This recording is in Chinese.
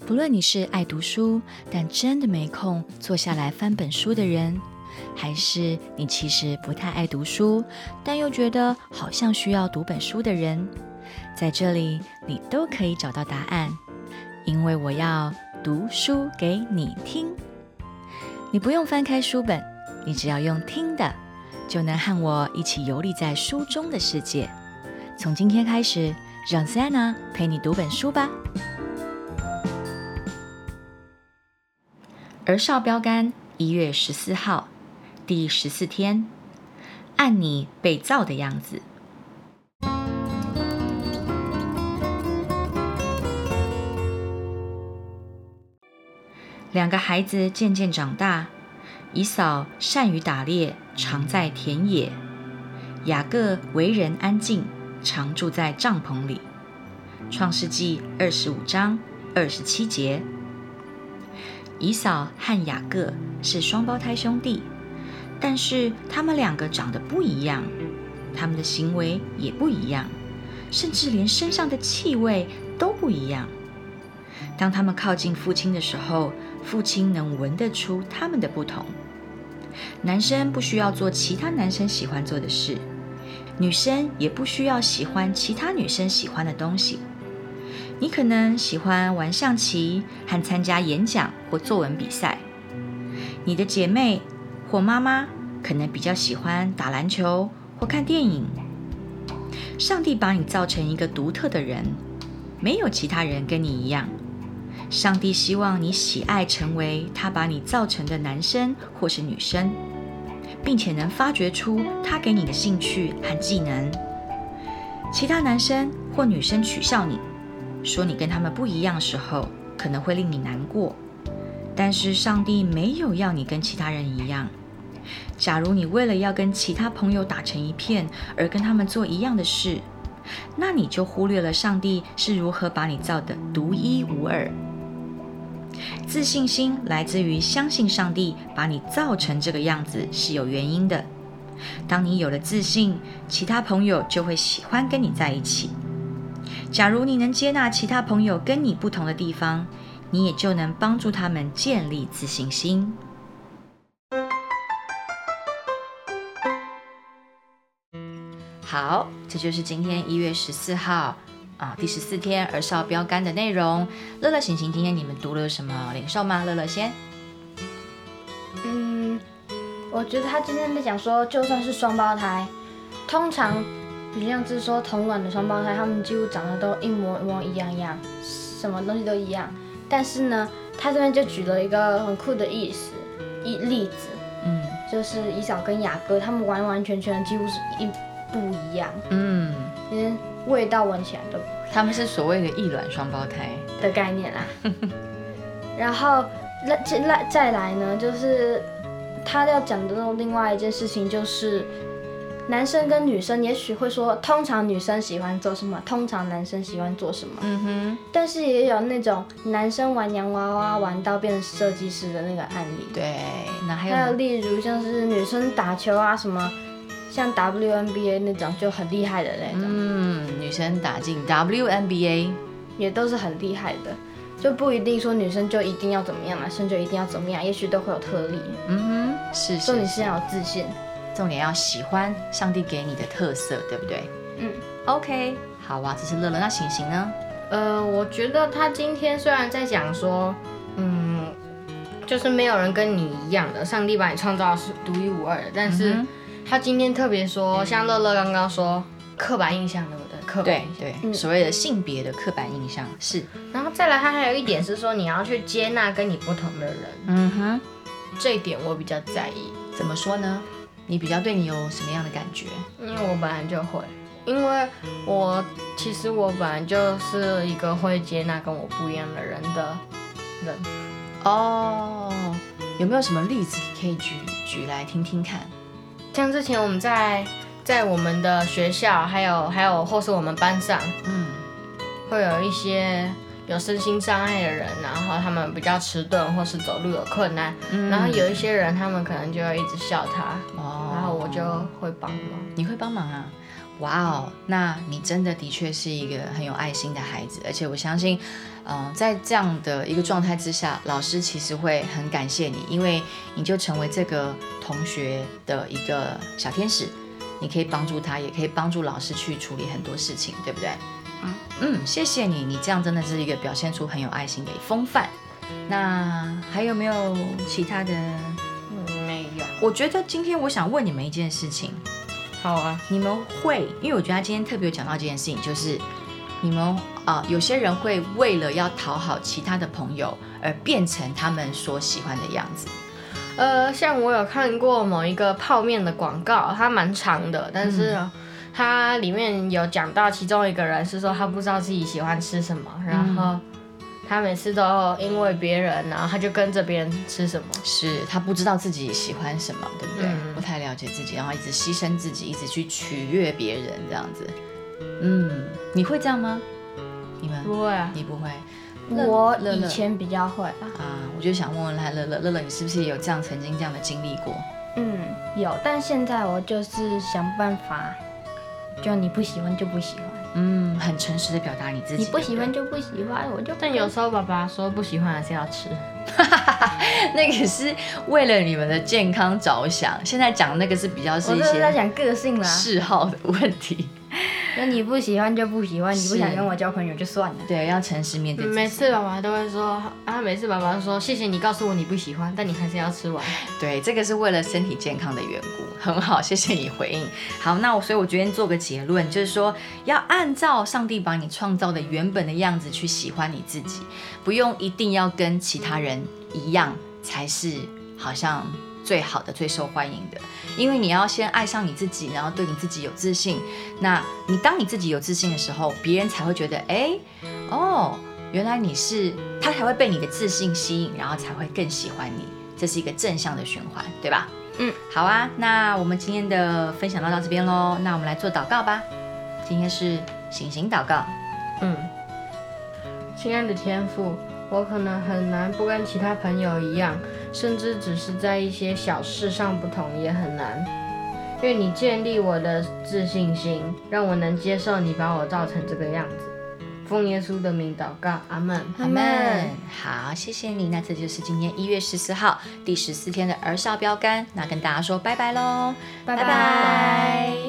不论你是爱读书，但真的没空坐下来翻本书的人，还是你其实不太爱读书，但又觉得好像需要读本书的人，在这里你都可以找到答案，因为我要读书给你听。你不用翻开书本，你只要用听的，就能和我一起游历在书中的世界。从今天开始，让 Sana 陪你读本书吧。儿少标杆1月14号，第14天，按你被造的样子。2个孩子渐渐长大，以扫善于打猎，常在田野；雅各为人安静，常住在帐篷里。创世纪25章27节。以扫和雅各是双胞胎兄弟，但是他们2个长得不一样，他们的行为也不一样，甚至连身上的气味都不一样。当他们靠近父亲的时候，父亲能闻得出他们的不同。男生不需要做其他男生喜欢做的事，女生也不需要喜欢其他女生喜欢的东西。你可能喜欢玩象棋和参加演讲或作文比赛，你的姐妹或妈妈可能比较喜欢打篮球或看电影。上帝把你造成一个独特的人，没有其他人跟你一样。上帝希望你喜爱成为他把你造成的男生或是女生，并且能发掘出他给你的兴趣和技能。其他男生或女生取笑你，说你跟他们不一样的时候，可能会令你难过。但是上帝没有要你跟其他人一样。假如你为了要跟其他朋友打成一片而跟他们做一样的事，那你就忽略了上帝是如何把你造的独一无二。自信心来自于相信上帝把你造成这个样子是有原因的。当你有了自信，其他朋友就会喜欢跟你在一起。假如你能接纳其他朋友跟你不同的地方，你也就能帮助他们建立自信心。好，这就是今天1月14号第14天儿少标杆的内容。乐乐、醒醒，今天你们读了什么领受吗？乐乐先。 我觉得他今天在讲说，就算是双胞胎，通常比像是说同卵的双胞胎，他们几乎长得都一模一样，什么东西都一样。但是呢，他这边就举了一个很酷的例子，就是以扫跟雅各，他们完全几乎是不一样。连味道闻起来都不一样。 他们是所谓的异卵双胞胎的概念啦。然后再来呢，就是他要讲的另外一件事情，就是男生跟女生也许会说，通常女生喜欢做什么，通常男生喜欢做什么。但是也有那种男生玩洋娃娃玩到变成设计师的那个案例。 对，那还有例如像是女生打球啊什么，像 WNBA 那种就很厉害的那种。 女生打进 WNBA 也都是很厉害的，就不一定说女生就一定要怎么样，男生就一定要怎么样，也许都会有特例。 是。 重点是要有自信， 重点要喜欢上帝给你的特色，对不对？OK， 好啊，这是乐乐。那醒醒呢？ 我觉得他今天虽然在讲说，就是没有人跟你一样的，上帝把你创造的是独一无二的，但是他今天特别说，像乐乐刚刚说刻板印象，对不对？刻板印象， 对，所谓的性别的刻板印象是。 然后再来，他还有一点是说，你要去接纳跟你不同的人。这一点我比较在意。 怎么说呢？你比较对你有什么样的感觉？ 因为我本来就会，因为其实我本来就是一个会接纳跟我不一样的人的人。 有没有什么例子可以举来听听看？ 像之前我们在我们的学校，还有或是我们班上，会有一些有身心障碍的人，然后他们比较迟钝或是走路有困难，然后有一些人他们可能就会一直笑他，然后我就会帮忙。 你会帮忙啊？ 哇哦，那你真的确是一个很有爱心的孩子，而且我相信，在这样的一个状态之下，老师其实会很感谢你，因为你就成为这个同学的一个小天使，你可以帮助他，也可以帮助老师去处理很多事情，对不对？谢谢你，你这样真的是一个表现出很有爱心的风范。那还有没有其他的？ 没有。 我觉得今天我想问你们一件事情。 好啊， 你们会，因为我觉得他今天特别有讲到这件事情，就是你们有些人会为了要讨好其他的朋友而变成他们所喜欢的样子。 像我有看过某一个泡面的广告，它蛮长的，但是它里面有讲到其中一个人是说他不知道自己喜欢吃什么，然后他每次都因为别人，然后他就跟着别人吃什么。 是他不知道自己喜欢什么，对不对？不太了解自己，然后一直牺牲自己，一直去取悦别人这样子。你会这样吗？你们不会啊？ 你不会？ 我以前比较会啊。 我就想问问他，乐乐，你是不是也有曾经这样的经历过？ 有，但现在我就是想办法，就你不喜欢就不喜欢。 很诚实的表达你自己。 你不喜欢就不喜欢，我就。 但有时候爸爸说不喜欢还是要吃。 那个是为了你们的健康着想，现在讲那个是比较是一些在讲个性啦， 嗜好的问题。 那你不喜欢就不喜欢，你不想跟我交朋友就算了。 对，要诚实面对自己。 每次爸爸都会说每次爸爸都说谢谢你告诉我你不喜欢，但你还是要吃完。 对，这个是为了身体健康的缘故，很好，谢谢你回应。好，那所以我决定做个结论，就是说要按照上帝把你创造的原本的样子去喜欢你自己，不用一定要跟其他人一样才是好像最好的、最受欢迎的。因为你要先爱上你自己，然后对你自己有自信。那当你自己有自信的时候，别人才会觉得，原来你是，他才会被你的自信吸引，然后才会更喜欢你。这是一个正向的循环，对吧？好啊，那我们今天的分享到这边咯。那我们来做祷告吧。今天是醒醒祷告。 亲爱的天父，我可能很难不跟其他朋友一样，甚至只是在一些小事上不同也很难。愿你建立我的自信心，让我能接受你把我造成这个样子。奉耶稣的名祷告，阿们。 阿们。好，谢谢你。那这就是今天1月14号第14天的儿少标杆。那跟大家说拜拜咯， 拜拜。